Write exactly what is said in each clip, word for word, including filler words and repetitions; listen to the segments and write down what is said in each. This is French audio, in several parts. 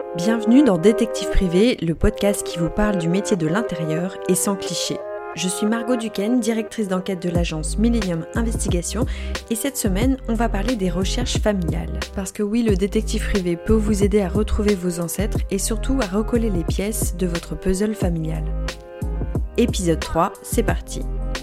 Bienvenue dans Détective Privé, le podcast qui vous parle du métier de l'intérieur et sans clichés. Je suis Margot Duquesne, directrice d'enquête de l'agence Millennium Investigation, et cette semaine, on va parler des recherches familiales. Parce que oui, le détective privé peut vous aider à retrouver vos ancêtres et surtout à recoller les pièces de votre puzzle familial. Épisode trois, c'est parti.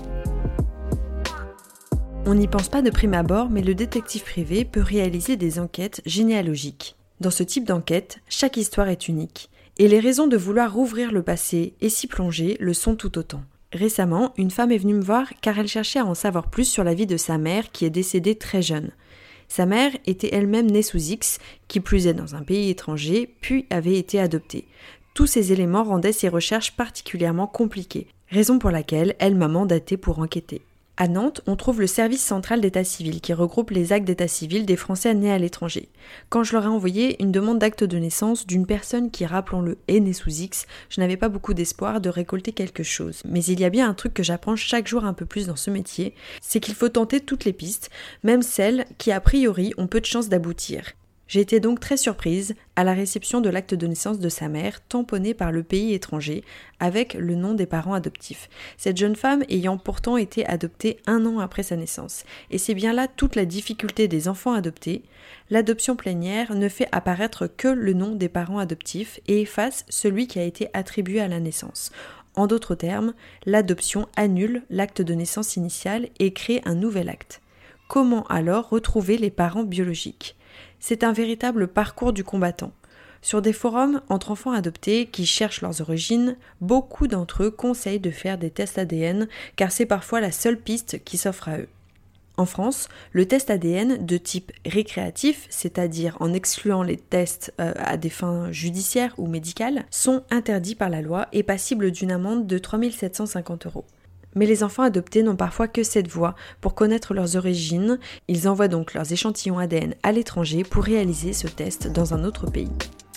On n'y pense pas de prime abord, mais le détective privé peut réaliser des enquêtes généalogiques. Dans ce type d'enquête, chaque histoire est unique, et les raisons de vouloir rouvrir le passé et s'y plonger le sont tout autant. Récemment, une femme est venue me voir car elle cherchait à en savoir plus sur la vie de sa mère qui est décédée très jeune. Sa mère était elle-même née sous X, qui plus est dans un pays étranger, puis avait été adoptée. Tous ces éléments rendaient ses recherches particulièrement compliquées, raison pour laquelle elle m'a mandatée pour enquêter. À Nantes, on trouve le service central d'état civil qui regroupe les actes d'état civil des Français nés à l'étranger. Quand je leur ai envoyé une demande d'acte de naissance d'une personne qui, rappelons-le, est née sous X, je n'avais pas beaucoup d'espoir de récolter quelque chose. Mais il y a bien un truc que j'apprends chaque jour un peu plus dans ce métier, c'est qu'il faut tenter toutes les pistes, même celles qui a priori ont peu de chances d'aboutir. J'ai été donc très surprise à la réception de l'acte de naissance de sa mère, tamponné par le pays étranger, avec le nom des parents adoptifs. Cette jeune femme ayant pourtant été adoptée un an après sa naissance. Et c'est bien là toute la difficulté des enfants adoptés. L'adoption plénière ne fait apparaître que le nom des parents adoptifs et efface celui qui a été attribué à la naissance. En d'autres termes, l'adoption annule l'acte de naissance initial et crée un nouvel acte. Comment alors retrouver les parents biologiques ? C'est un véritable parcours du combattant. Sur des forums entre enfants adoptés qui cherchent leurs origines, beaucoup d'entre eux conseillent de faire des tests A D N car c'est parfois la seule piste qui s'offre à eux. En France, le test A D N de type récréatif, c'est-à-dire en excluant les tests euh, à des fins judiciaires ou médicales, sont interdits par la loi et passibles d'une amende de trois mille sept cent cinquante euros. Mais les enfants adoptés n'ont parfois que cette voie pour connaître leurs origines. Ils envoient donc leurs échantillons A D N à l'étranger pour réaliser ce test dans un autre pays.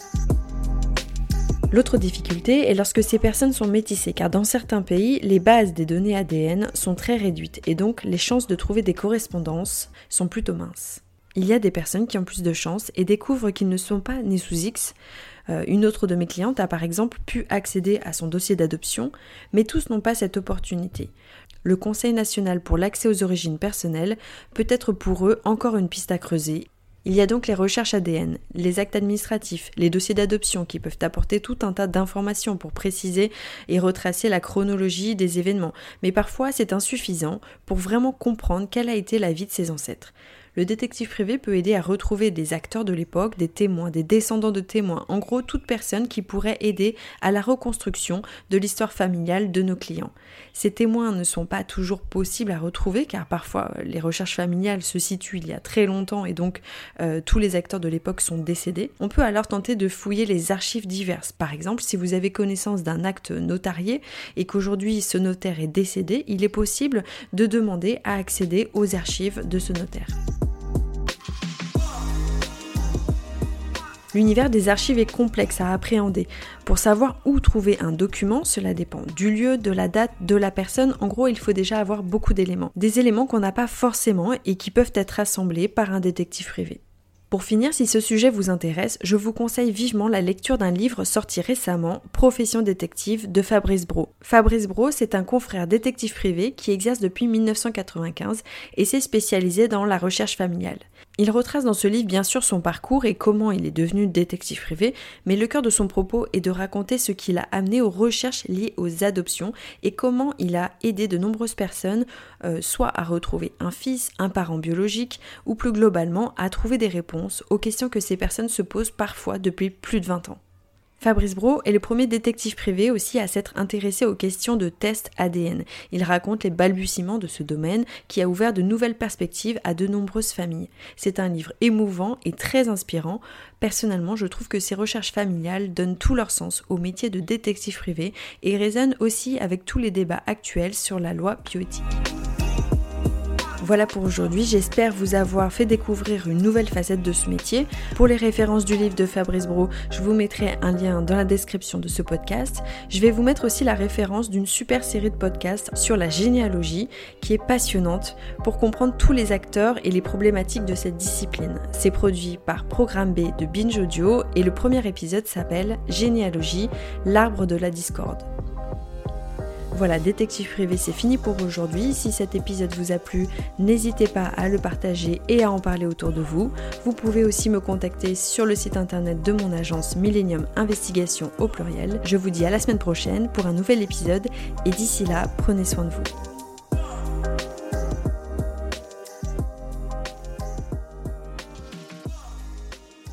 L'autre difficulté est lorsque ces personnes sont métissées, car dans certains pays, les bases des données A D N sont très réduites et donc les chances de trouver des correspondances sont plutôt minces. Il y a des personnes qui ont plus de chance et découvrent qu'ils ne sont pas nés sous X. Euh, une autre de mes clientes a par exemple pu accéder à son dossier d'adoption, mais tous n'ont pas cette opportunité. Le Conseil national pour l'accès aux origines personnelles peut être pour eux encore une piste à creuser. Il y a donc les recherches A D N, les actes administratifs, les dossiers d'adoption qui peuvent apporter tout un tas d'informations pour préciser et retracer la chronologie des événements. Mais parfois, c'est insuffisant pour vraiment comprendre quelle a été la vie de ses ancêtres. Le détective privé peut aider à retrouver des acteurs de l'époque, des témoins, des descendants de témoins, en gros toute personne qui pourrait aider à la reconstruction de l'histoire familiale de nos clients. Ces témoins ne sont pas toujours possibles à retrouver car parfois les recherches familiales se situent il y a très longtemps et donc euh, tous les acteurs de l'époque sont décédés. On peut alors tenter de fouiller les archives diverses. Par exemple, si vous avez connaissance d'un acte notarié et qu'aujourd'hui ce notaire est décédé, il est possible de demander à accéder aux archives de ce notaire. L'univers des archives est complexe à appréhender. Pour savoir où trouver un document, cela dépend du lieu, de la date, de la personne. En gros, il faut déjà avoir beaucoup d'éléments. Des éléments qu'on n'a pas forcément et qui peuvent être rassemblés par un détective privé. Pour finir, si ce sujet vous intéresse, je vous conseille vivement la lecture d'un livre sorti récemment, Profession détective, de Fabrice Brault. Fabrice Brault, c'est un confrère détective privé qui exerce depuis dix-neuf cent quatre-vingt-quinze et s'est spécialisé dans la recherche familiale. Il retrace dans ce livre bien sûr son parcours et comment il est devenu détective privé, mais le cœur de son propos est de raconter ce qui l'a amené aux recherches liées aux adoptions et comment il a aidé de nombreuses personnes, euh, soit à retrouver un fils, un parent biologique, ou plus globalement à trouver des réponses aux questions que ces personnes se posent parfois depuis plus de vingt ans. Fabrice Brault est le premier détective privé aussi à s'être intéressé aux questions de tests A D N. Il raconte les balbutiements de ce domaine qui a ouvert de nouvelles perspectives à de nombreuses familles. C'est un livre émouvant et très inspirant. Personnellement, je trouve que ces recherches familiales donnent tout leur sens au métier de détective privé et résonnent aussi avec tous les débats actuels sur la loi bioéthique. Voilà pour aujourd'hui, j'espère vous avoir fait découvrir une nouvelle facette de ce métier. Pour les références du livre de Fabrice Brault, je vous mettrai un lien dans la description de ce podcast. Je vais vous mettre aussi la référence d'une super série de podcasts sur la généalogie qui est passionnante pour comprendre tous les acteurs et les problématiques de cette discipline. C'est produit par Programme B de Binge Audio et le premier épisode s'appelle Généalogie, l'arbre de la discorde. Voilà, Détective Privé, c'est fini pour aujourd'hui. Si cet épisode vous a plu, n'hésitez pas à le partager et à en parler autour de vous. Vous pouvez aussi me contacter sur le site internet de mon agence Millennium Investigation au pluriel. Je vous dis à la semaine prochaine pour un nouvel épisode et d'ici là, prenez soin de vous.